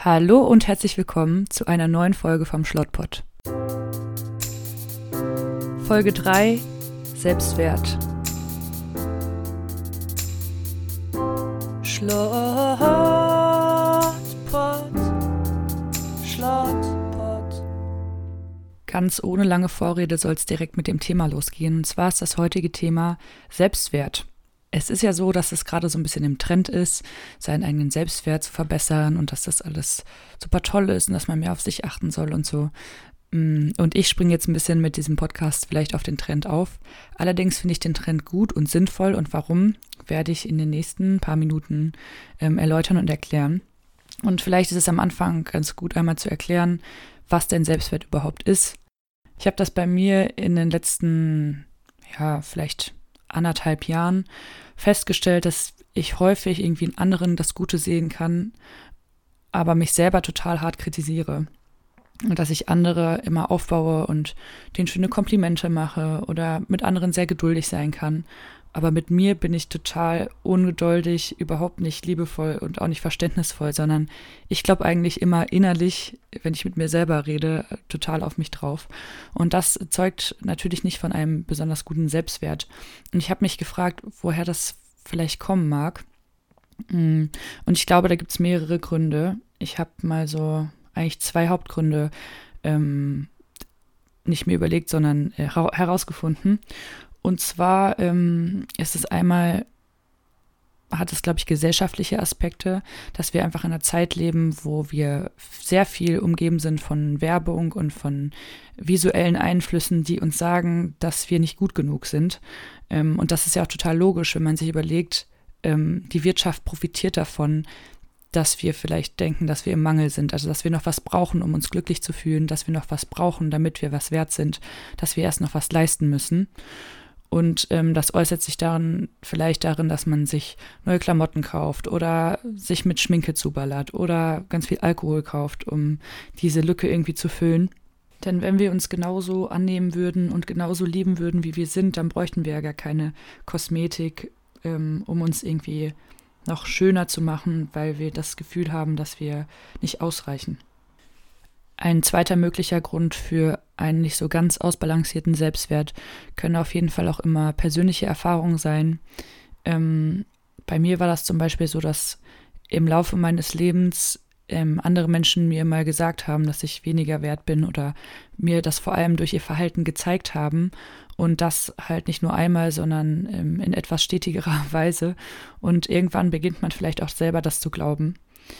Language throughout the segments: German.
Hallo und herzlich willkommen zu einer neuen Folge vom Schlottpott. Folge 3: Selbstwert. Schlottpott, Schlottpott. Ganz ohne lange Vorrede soll es direkt mit dem Thema losgehen. Und zwar ist das heutige Thema Selbstwert. Es ist ja so, dass es gerade so ein bisschen im Trend ist, seinen eigenen Selbstwert zu verbessern und dass das alles super toll ist und dass man mehr auf sich achten soll und so. Und ich springe jetzt ein bisschen mit diesem Podcast vielleicht auf den Trend auf. Allerdings finde ich den Trend gut und sinnvoll und warum, werde ich in den nächsten paar Minuten erläutern und erklären. Und vielleicht ist es am Anfang ganz gut einmal zu erklären, was denn Selbstwert überhaupt ist. Ich habe das bei mir in den letzten, vielleicht 1,5 Jahren festgestellt, dass ich häufig irgendwie in anderen das Gute sehen kann, aber mich selber total hart kritisiere. Und dass ich andere immer aufbaue und denen schöne Komplimente mache oder mit anderen sehr geduldig sein kann. Aber mit mir bin ich total ungeduldig, überhaupt nicht liebevoll und auch nicht verständnisvoll, sondern ich glaube eigentlich immer innerlich, wenn ich mit mir selber rede, total auf mich drauf. Und das zeugt natürlich nicht von einem besonders guten Selbstwert. Und ich habe mich gefragt, woher das vielleicht kommen mag. Und ich glaube, da gibt es mehrere Gründe. Ich habe mal so eigentlich 2 Hauptgründe nicht mir überlegt, sondern herausgefunden. Und zwar ist es einmal, hat es, glaube ich, gesellschaftliche Aspekte, dass wir einfach in einer Zeit leben, wo wir sehr viel umgeben sind von Werbung und von visuellen Einflüssen, die uns sagen, dass wir nicht gut genug sind. Und das ist ja auch total logisch, wenn man sich überlegt, die Wirtschaft profitiert davon, dass wir vielleicht denken, dass wir im Mangel sind, also dass wir noch was brauchen, um uns glücklich zu fühlen, dass wir noch was brauchen, damit wir was wert sind, dass wir erst noch was leisten müssen. Und das äußert sich vielleicht darin, dass man sich neue Klamotten kauft oder sich mit Schminke zuballert oder ganz viel Alkohol kauft, um diese Lücke irgendwie zu füllen. Denn wenn wir uns genauso annehmen würden und genauso lieben würden, wie wir sind, dann bräuchten wir ja gar keine Kosmetik, um uns irgendwie noch schöner zu machen, weil wir das Gefühl haben, dass wir nicht ausreichen. Ein zweiter möglicher Grund für einen nicht so ganz ausbalancierten Selbstwert können auf jeden Fall auch immer persönliche Erfahrungen sein. Bei mir war das zum Beispiel so, dass im Laufe meines Lebens andere Menschen mir mal gesagt haben, dass ich weniger wert bin oder mir das vor allem durch ihr Verhalten gezeigt haben und das halt nicht nur einmal, sondern in etwas stetigerer Weise und irgendwann beginnt man vielleicht auch selber das zu glauben.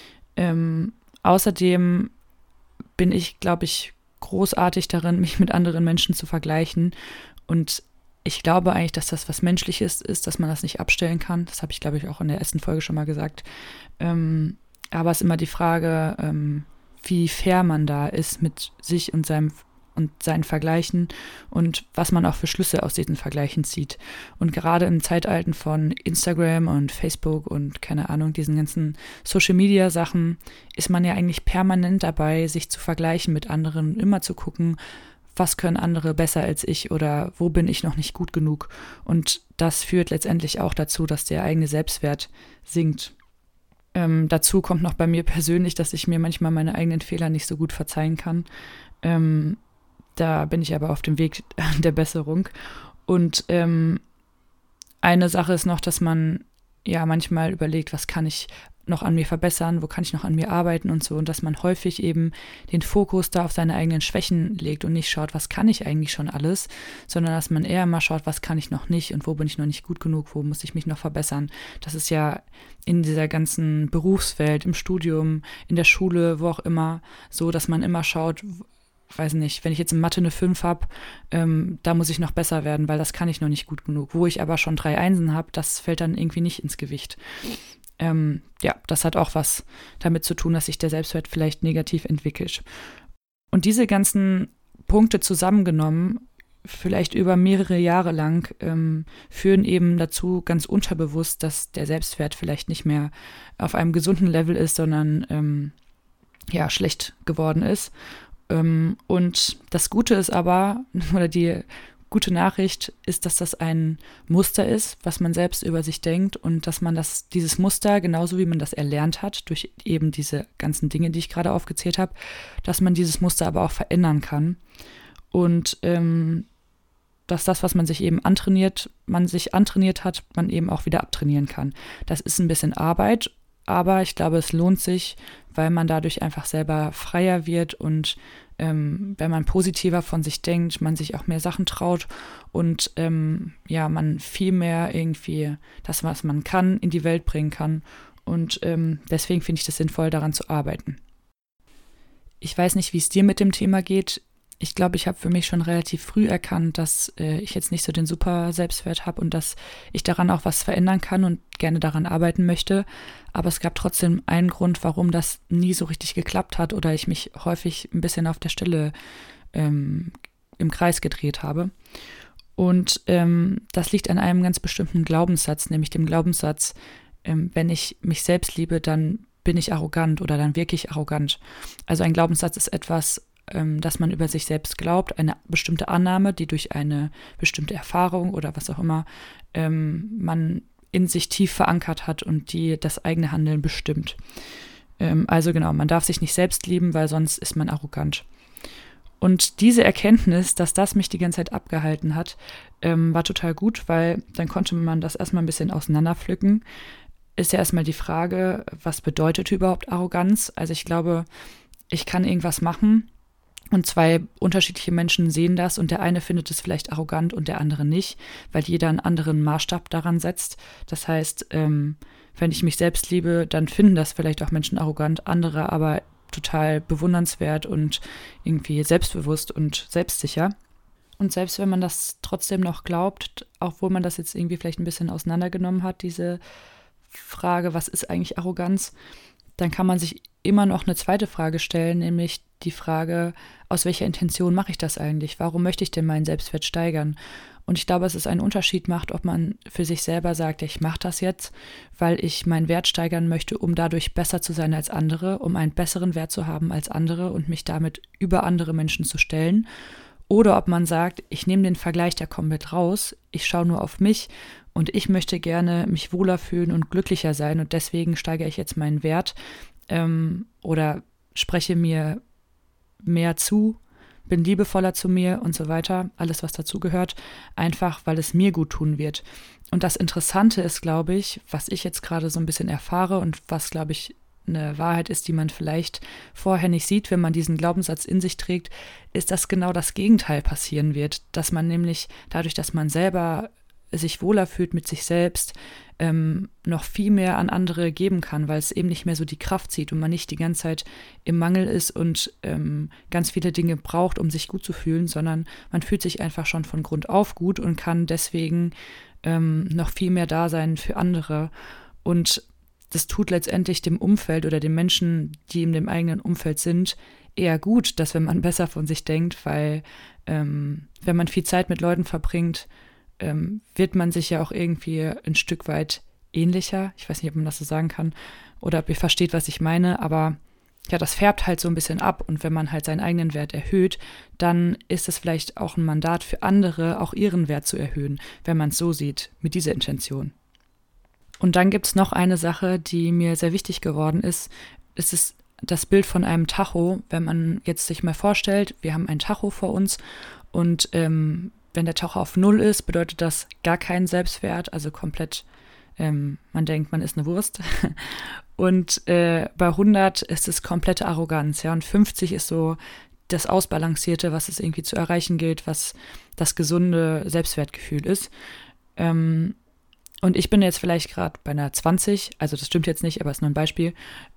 Außerdem bin ich, glaube ich, großartig darin, mich mit anderen Menschen zu vergleichen. Und ich glaube eigentlich, dass das was Menschliches ist, dass man das nicht abstellen kann. Das habe ich, glaube ich, auch in der ersten Folge schon mal gesagt. Aber es ist immer die Frage, wie fair man da ist mit sich und seinen Vergleichen und was man auch für Schlüsse aus diesen Vergleichen zieht. Und gerade im Zeitalter von Instagram und Facebook und keine Ahnung, diesen ganzen Social-Media-Sachen ist man ja eigentlich permanent dabei, sich zu vergleichen mit anderen, immer zu gucken, was können andere besser als ich oder wo bin ich noch nicht gut genug. Und das führt letztendlich auch dazu, dass der eigene Selbstwert sinkt. Dazu kommt noch bei mir persönlich, dass ich mir manchmal meine eigenen Fehler nicht so gut verzeihen kann. Da bin ich aber auf dem Weg der Besserung. Und eine Sache ist noch, dass man ja manchmal überlegt, was kann ich noch an mir verbessern, wo kann ich noch an mir arbeiten und so. Und dass man häufig eben den Fokus da auf seine eigenen Schwächen legt und nicht schaut, was kann ich eigentlich schon alles, sondern dass man eher mal schaut, was kann ich noch nicht und wo bin ich noch nicht gut genug, wo muss ich mich noch verbessern. Das ist ja in dieser ganzen Berufswelt, im Studium, in der Schule, wo auch immer, so, dass man immer schaut, weiß nicht, wenn ich jetzt in Mathe eine 5 habe, da muss ich noch besser werden, weil das kann ich noch nicht gut genug. Wo ich aber schon 3 Einsen habe, das fällt dann irgendwie nicht ins Gewicht. Das hat auch was damit zu tun, dass sich der Selbstwert vielleicht negativ entwickelt. Und diese ganzen Punkte zusammengenommen, vielleicht über mehrere Jahre lang, führen eben dazu ganz unterbewusst, dass der Selbstwert vielleicht nicht mehr auf einem gesunden Level ist, sondern schlecht geworden ist. Und das Gute ist aber, oder die gute Nachricht ist, dass das ein Muster ist, was man selbst über sich denkt und dass man dieses Muster, genauso wie man das erlernt hat, durch eben diese ganzen Dinge, die ich gerade aufgezählt habe, dass man dieses Muster aber auch verändern kann. Und dass das, was man sich eben antrainiert hat, man eben auch wieder abtrainieren kann. Das ist ein bisschen Arbeit, aber ich glaube, es lohnt sich, weil man dadurch einfach selber freier wird und wenn man positiver von sich denkt, man sich auch mehr Sachen traut und man viel mehr irgendwie das, was man kann, in die Welt bringen kann. Und deswegen finde ich das sinnvoll, daran zu arbeiten. Ich weiß nicht, wie es dir mit dem Thema geht. Ich glaube, ich habe für mich schon relativ früh erkannt, dass ich jetzt nicht so den super Selbstwert habe und dass ich daran auch was verändern kann und gerne daran arbeiten möchte. Aber es gab trotzdem einen Grund, warum das nie so richtig geklappt hat oder ich mich häufig ein bisschen auf der Stelle im Kreis gedreht habe. Und das liegt an einem ganz bestimmten Glaubenssatz, nämlich dem Glaubenssatz, wenn ich mich selbst liebe, dann bin ich arrogant oder dann wirke ich arrogant. Also ein Glaubenssatz ist etwas, dass man über sich selbst glaubt, eine bestimmte Annahme, die durch eine bestimmte Erfahrung oder was auch immer man in sich tief verankert hat und die das eigene Handeln bestimmt. Also genau, man darf sich nicht selbst lieben, weil sonst ist man arrogant. Und diese Erkenntnis, dass das mich die ganze Zeit abgehalten hat, war total gut, weil dann konnte man das erstmal ein bisschen auseinanderpflücken. Ist ja erstmal die Frage, was bedeutet überhaupt Arroganz? Also ich glaube, ich kann irgendwas machen und zwei unterschiedliche Menschen sehen das und der eine findet es vielleicht arrogant und der andere nicht, weil jeder einen anderen Maßstab daran setzt. Das heißt, wenn ich mich selbst liebe, dann finden das vielleicht auch Menschen arrogant, andere aber total bewundernswert und irgendwie selbstbewusst und selbstsicher. Und selbst wenn man das trotzdem noch glaubt, obwohl man das jetzt irgendwie vielleicht ein bisschen auseinandergenommen hat, diese Frage, was ist eigentlich Arroganz, dann kann man sich immer noch eine zweite Frage stellen, nämlich die Frage, aus welcher Intention mache ich das eigentlich? Warum möchte ich denn meinen Selbstwert steigern? Und ich glaube, dass es einen Unterschied macht, ob man für sich selber sagt, ich mache das jetzt, weil ich meinen Wert steigern möchte, um dadurch besser zu sein als andere, um einen besseren Wert zu haben als andere und mich damit über andere Menschen zu stellen. Oder ob man sagt, ich nehme den Vergleich da komplett raus, ich schaue nur auf mich und ich möchte gerne mich wohler fühlen und glücklicher sein und deswegen steigere ich jetzt meinen Wert oder spreche mir mehr zu, bin liebevoller zu mir und so weiter, alles was dazugehört, einfach weil es mir gut tun wird. Und das Interessante ist, glaube ich, was ich jetzt gerade so ein bisschen erfahre und was, glaube ich, eine Wahrheit ist, die man vielleicht vorher nicht sieht, wenn man diesen Glaubenssatz in sich trägt, ist, dass genau das Gegenteil passieren wird, dass man nämlich dadurch, dass man selber sich wohler fühlt mit sich selbst, noch viel mehr an andere geben kann, weil es eben nicht mehr so die Kraft zieht und man nicht die ganze Zeit im Mangel ist und ganz viele Dinge braucht, um sich gut zu fühlen, sondern man fühlt sich einfach schon von Grund auf gut und kann deswegen noch viel mehr da sein für andere. Und das tut letztendlich dem Umfeld oder den Menschen, die in dem eigenen Umfeld sind, eher gut, dass wenn man besser von sich denkt, weil wenn man viel Zeit mit Leuten verbringt, wird man sich ja auch irgendwie ein Stück weit ähnlicher. Ich weiß nicht, ob man das so sagen kann oder ob ihr versteht, was ich meine, aber ja, das färbt halt so ein bisschen ab und wenn man halt seinen eigenen Wert erhöht, dann ist es vielleicht auch ein Mandat für andere, auch ihren Wert zu erhöhen, wenn man es so sieht, mit dieser Intention. Und dann gibt es noch eine Sache, die mir sehr wichtig geworden ist. Es ist das Bild von einem Tacho. Wenn man jetzt sich mal vorstellt, wir haben ein Tacho vor uns und wenn der Tacho auf 0 ist, bedeutet das gar keinen Selbstwert, also komplett, man denkt, man ist eine Wurst. Und bei 100 ist es komplette Arroganz, ja, und 50 ist so das Ausbalancierte, was es irgendwie zu erreichen gilt, was das gesunde Selbstwertgefühl ist. Und ich bin jetzt vielleicht gerade bei einer 20, also das stimmt jetzt nicht, aber ist nur ein Beispiel,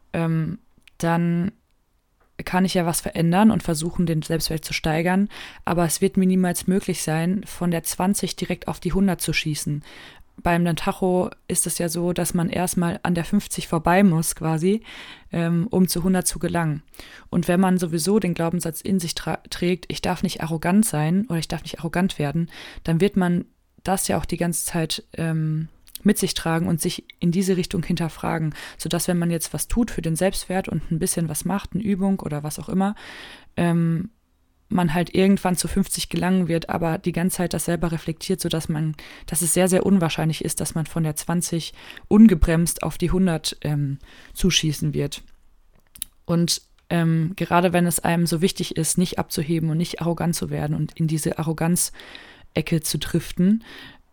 dann kann ich ja was verändern und versuchen, den Selbstwert zu steigern, aber es wird mir niemals möglich sein, von der 20 direkt auf die 100 zu schießen. Beim Tacho ist es ja so, dass man erstmal an der 50 vorbei muss quasi, um zu 100 zu gelangen. Und wenn man sowieso den Glaubenssatz in sich trägt, ich darf nicht arrogant sein oder ich darf nicht arrogant werden, dann wird man das ja auch die ganze Zeit mit sich tragen und sich in diese Richtung hinterfragen, sodass, wenn man jetzt was tut für den Selbstwert und ein bisschen was macht, eine Übung oder was auch immer, man halt irgendwann zu 50 gelangen wird, aber die ganze Zeit das selber reflektiert, sodass es sehr, sehr unwahrscheinlich ist, dass man von der 20 ungebremst auf die 100 zuschießen wird. Und gerade wenn es einem so wichtig ist, nicht abzuheben und nicht arrogant zu werden und in diese Arroganz-Ecke zu driften,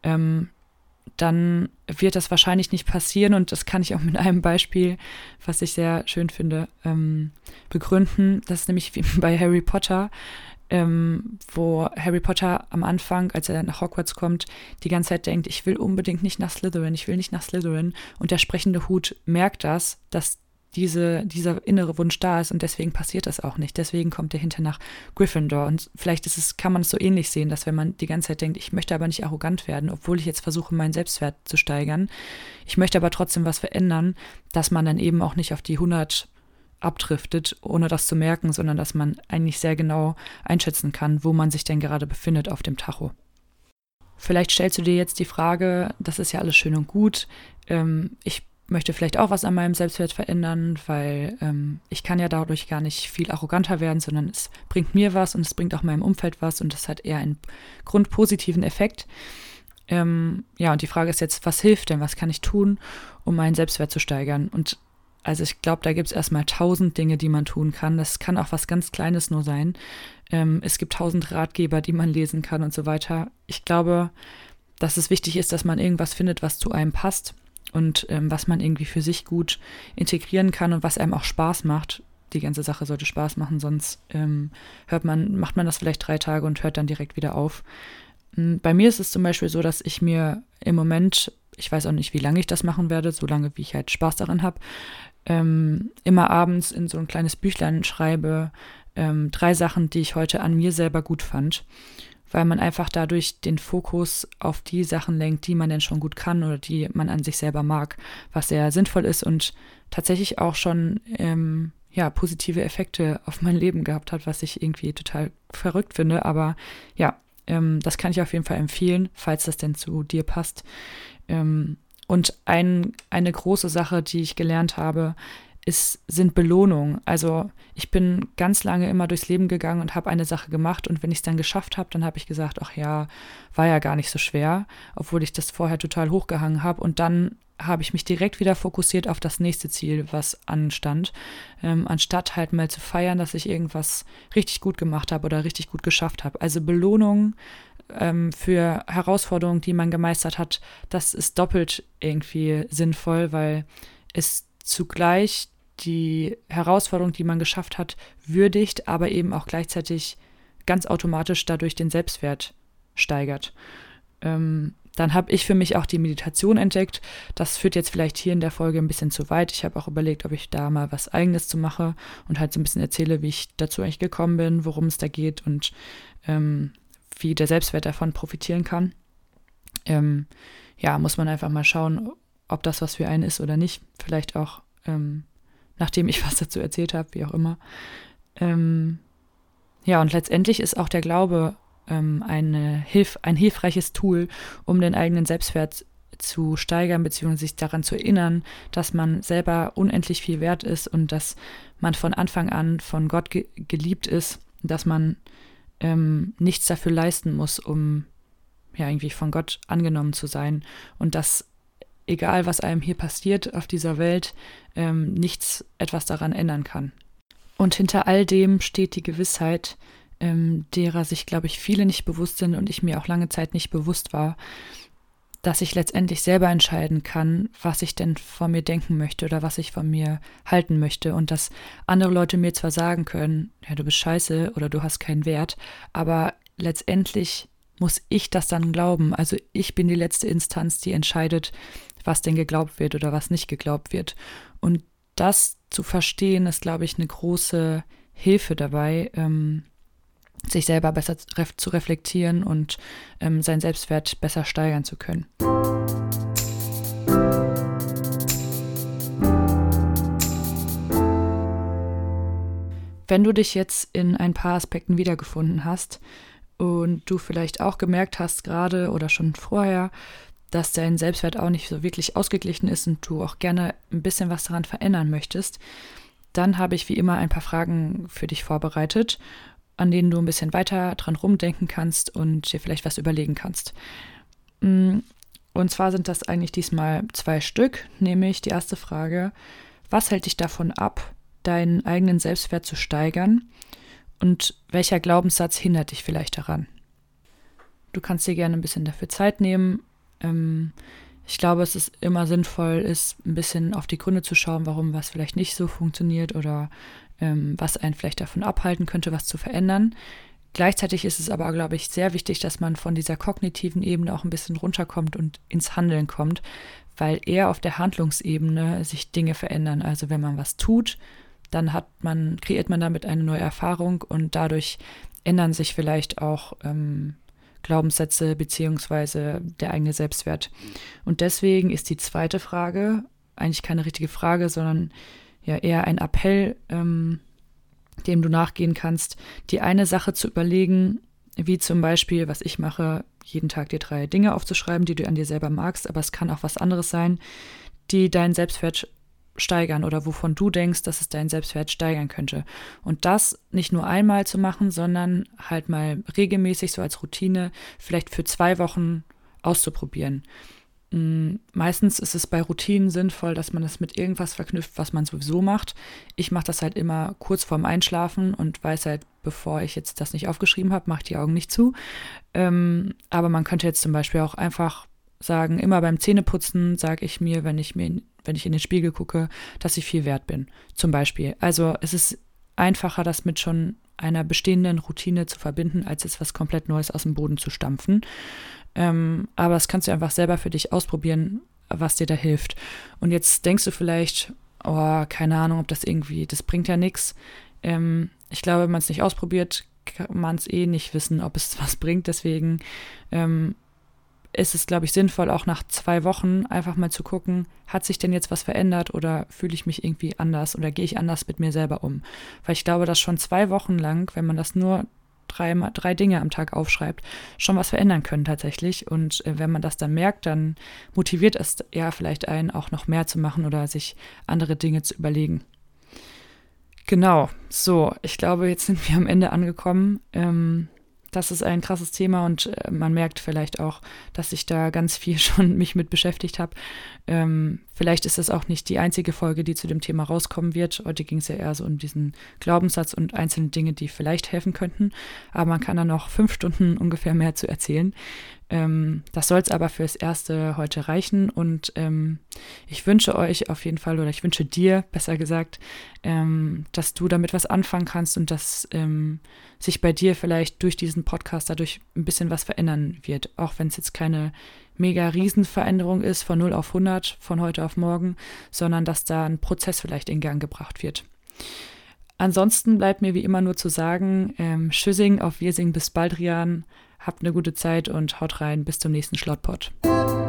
dann wird das wahrscheinlich nicht passieren. Und das kann ich auch mit einem Beispiel, was ich sehr schön finde, begründen. Das ist nämlich wie bei Harry Potter, wo Harry Potter am Anfang, als er nach Hogwarts kommt, die ganze Zeit denkt, ich will unbedingt nicht nach Slytherin, ich will nicht nach Slytherin. Und der sprechende Hut merkt das, dass dieser innere Wunsch da ist und deswegen passiert das auch nicht. Deswegen kommt er hinter nach Gryffindor. Und vielleicht kann man es so ähnlich sehen, dass wenn man die ganze Zeit denkt, ich möchte aber nicht arrogant werden, obwohl ich jetzt versuche, meinen Selbstwert zu steigern, ich möchte aber trotzdem was verändern, dass man dann eben auch nicht auf die 100 abdriftet, ohne das zu merken, sondern dass man eigentlich sehr genau einschätzen kann, wo man sich denn gerade befindet auf dem Tacho. Vielleicht stellst du dir jetzt die Frage, das ist ja alles schön und gut, ich möchte vielleicht auch was an meinem Selbstwert verändern, weil ich kann ja dadurch gar nicht viel arroganter werden, sondern es bringt mir was und es bringt auch meinem Umfeld was und das hat eher einen grundpositiven Effekt. Und die Frage ist jetzt, was hilft denn, was kann ich tun, um meinen Selbstwert zu steigern? Und also ich glaube, da gibt es erstmal 1000 Dinge, die man tun kann. Das kann auch was ganz Kleines nur sein. Es gibt 1000 Ratgeber, die man lesen kann und so weiter. Ich glaube, dass es wichtig ist, dass man irgendwas findet, was zu einem passt und was man irgendwie für sich gut integrieren kann und was einem auch Spaß macht. Die ganze Sache sollte Spaß machen, sonst macht man das vielleicht 3 Tage und hört dann direkt wieder auf. Bei mir ist es zum Beispiel so, dass ich mir im Moment, ich weiß auch nicht, wie lange ich das machen werde, so lange, wie ich halt Spaß daran habe, immer abends in so ein kleines Büchlein schreibe, 3 Sachen, die ich heute an mir selber gut fand, weil man einfach dadurch den Fokus auf die Sachen lenkt, die man denn schon gut kann oder die man an sich selber mag, was sehr sinnvoll ist und tatsächlich auch schon positive Effekte auf mein Leben gehabt hat, was ich irgendwie total verrückt finde, aber ja, das kann ich auf jeden Fall empfehlen, falls das denn zu dir passt. Und eine große Sache, die ich gelernt habe, sind Belohnungen. Also ich bin ganz lange immer durchs Leben gegangen und habe eine Sache gemacht und wenn ich es dann geschafft habe, dann habe ich gesagt, ach ja, war ja gar nicht so schwer, obwohl ich das vorher total hochgehangen habe und dann habe ich mich direkt wieder fokussiert auf das nächste Ziel, was anstand, anstatt halt mal zu feiern, dass ich irgendwas richtig gut gemacht habe oder richtig gut geschafft habe. Also Belohnungen für Herausforderungen, die man gemeistert hat, das ist doppelt irgendwie sinnvoll, weil es zugleich die Herausforderung, die man geschafft hat, würdigt, aber eben auch gleichzeitig ganz automatisch dadurch den Selbstwert steigert. Dann habe ich für mich auch die Meditation entdeckt. Das führt jetzt vielleicht hier in der Folge ein bisschen zu weit. Ich habe auch überlegt, ob ich da mal was Eigenes zu mache und halt so ein bisschen erzähle, wie ich dazu eigentlich gekommen bin, worum es da geht und wie der Selbstwert davon profitieren kann. Muss man einfach mal schauen, ob das was für einen ist oder nicht. Vielleicht auch, nachdem ich was dazu erzählt habe, wie auch immer. Und letztendlich ist auch der Glaube ein hilfreiches Tool, um den eigenen Selbstwert zu steigern, beziehungsweise sich daran zu erinnern, dass man selber unendlich viel wert ist und dass man von Anfang an von Gott geliebt ist, dass man nichts dafür leisten muss, um irgendwie von Gott angenommen zu sein und dass egal, was einem hier passiert auf dieser Welt, nichts etwas daran ändern kann. Und hinter all dem steht die Gewissheit, derer sich, glaube ich, viele nicht bewusst sind und ich mir auch lange Zeit nicht bewusst war, dass ich letztendlich selber entscheiden kann, was ich denn von mir denken möchte oder was ich von mir halten möchte und dass andere Leute mir zwar sagen können, ja, du bist scheiße oder du hast keinen Wert, aber letztendlich muss ich das dann glauben. Also ich bin die letzte Instanz, die entscheidet, was denn geglaubt wird oder was nicht geglaubt wird. Und das zu verstehen, ist, glaube ich, eine große Hilfe dabei, sich selber besser zu reflektieren und seinen Selbstwert besser steigern zu können. Wenn du dich jetzt in ein paar Aspekten wiedergefunden hast und du vielleicht auch gemerkt hast gerade oder schon vorher, dass dein Selbstwert auch nicht so wirklich ausgeglichen ist und du auch gerne ein bisschen was daran verändern möchtest, dann habe ich wie immer ein paar Fragen für dich vorbereitet. an denen du ein bisschen weiter dran rumdenken kannst und dir vielleicht was überlegen kannst. Und zwar sind das eigentlich diesmal 2 Stück, nämlich die erste Frage: Was hält dich davon ab, deinen eigenen Selbstwert zu steigern, und welcher Glaubenssatz hindert dich vielleicht daran? Du kannst dir gerne ein bisschen dafür Zeit nehmen. Ich glaube, es ist immer sinnvoll, ein bisschen auf die Gründe zu schauen, warum was vielleicht nicht so funktioniert oder was einen vielleicht davon abhalten könnte, was zu verändern. Gleichzeitig ist es aber, glaube ich, sehr wichtig, dass man von dieser kognitiven Ebene auch ein bisschen runterkommt und ins Handeln kommt, weil eher auf der Handlungsebene sich Dinge verändern. Also wenn man was tut, dann kreiert man damit eine neue Erfahrung und dadurch ändern sich vielleicht auch Glaubenssätze beziehungsweise der eigene Selbstwert. Und deswegen ist die zweite Frage eigentlich keine richtige Frage, sondern ja eher ein Appell, dem du nachgehen kannst, die eine Sache zu überlegen, wie zum Beispiel, was ich mache, jeden Tag dir 3 Dinge aufzuschreiben, die du an dir selber magst, aber es kann auch was anderes sein, die deinen Selbstwert steigern oder wovon du denkst, dass es deinen Selbstwert steigern könnte. Und das nicht nur einmal zu machen, sondern halt mal regelmäßig so als Routine vielleicht für 2 Wochen auszuprobieren. Meistens ist es bei Routinen sinnvoll, dass man das mit irgendwas verknüpft, was man sowieso macht. Ich mache das halt immer kurz vorm Einschlafen und weiß halt, bevor ich jetzt das nicht aufgeschrieben habe, mache ich die Augen nicht zu. Aber man könnte jetzt zum Beispiel auch einfach sagen, immer beim Zähneputzen sage ich mir, wenn ich in den Spiegel gucke, dass ich viel wert bin, zum Beispiel. Also es ist einfacher, das mit schon einer bestehenden Routine zu verbinden, als jetzt was komplett Neues aus dem Boden zu stampfen. Aber das kannst du einfach selber für dich ausprobieren, was dir da hilft. Und jetzt denkst du vielleicht, oh, keine Ahnung, ob das bringt ja nichts. Ich glaube, wenn man es nicht ausprobiert, kann man es nicht wissen, ob es was bringt. Deswegen ist es, glaube ich, sinnvoll, auch nach 2 Wochen einfach mal zu gucken, hat sich denn jetzt was verändert oder fühle ich mich irgendwie anders oder gehe ich anders mit mir selber um? Weil ich glaube, dass schon 2 Wochen lang, wenn man das nur 3 Dinge am Tag aufschreibt, schon was verändern können tatsächlich. Und wenn man das dann merkt, dann motiviert es ja vielleicht einen, auch noch mehr zu machen oder sich andere Dinge zu überlegen. Genau, so, ich glaube, jetzt sind wir am Ende angekommen. Das ist ein krasses Thema und man merkt vielleicht auch, dass ich da ganz viel schon mich mit beschäftigt habe. Vielleicht ist das auch nicht die einzige Folge, die zu dem Thema rauskommen wird. Heute ging es ja eher so um diesen Glaubenssatz und einzelne Dinge, die vielleicht helfen könnten. Aber man kann da noch 5 Stunden ungefähr mehr zu erzählen. Das soll es aber fürs Erste heute reichen und ich wünsche euch auf jeden Fall, oder ich wünsche dir, besser gesagt, dass du damit was anfangen kannst und dass sich bei dir vielleicht durch diesen Podcast dadurch ein bisschen was verändern wird, auch wenn es jetzt keine mega Riesenveränderung ist von 0 auf 100 von heute auf morgen, sondern dass da ein Prozess vielleicht in Gang gebracht wird. Ansonsten bleibt mir wie immer nur zu sagen, Tschüssing, auf Wirsing, bis bald, Rian. Habt eine gute Zeit und haut rein. Bis zum nächsten Schlottpot.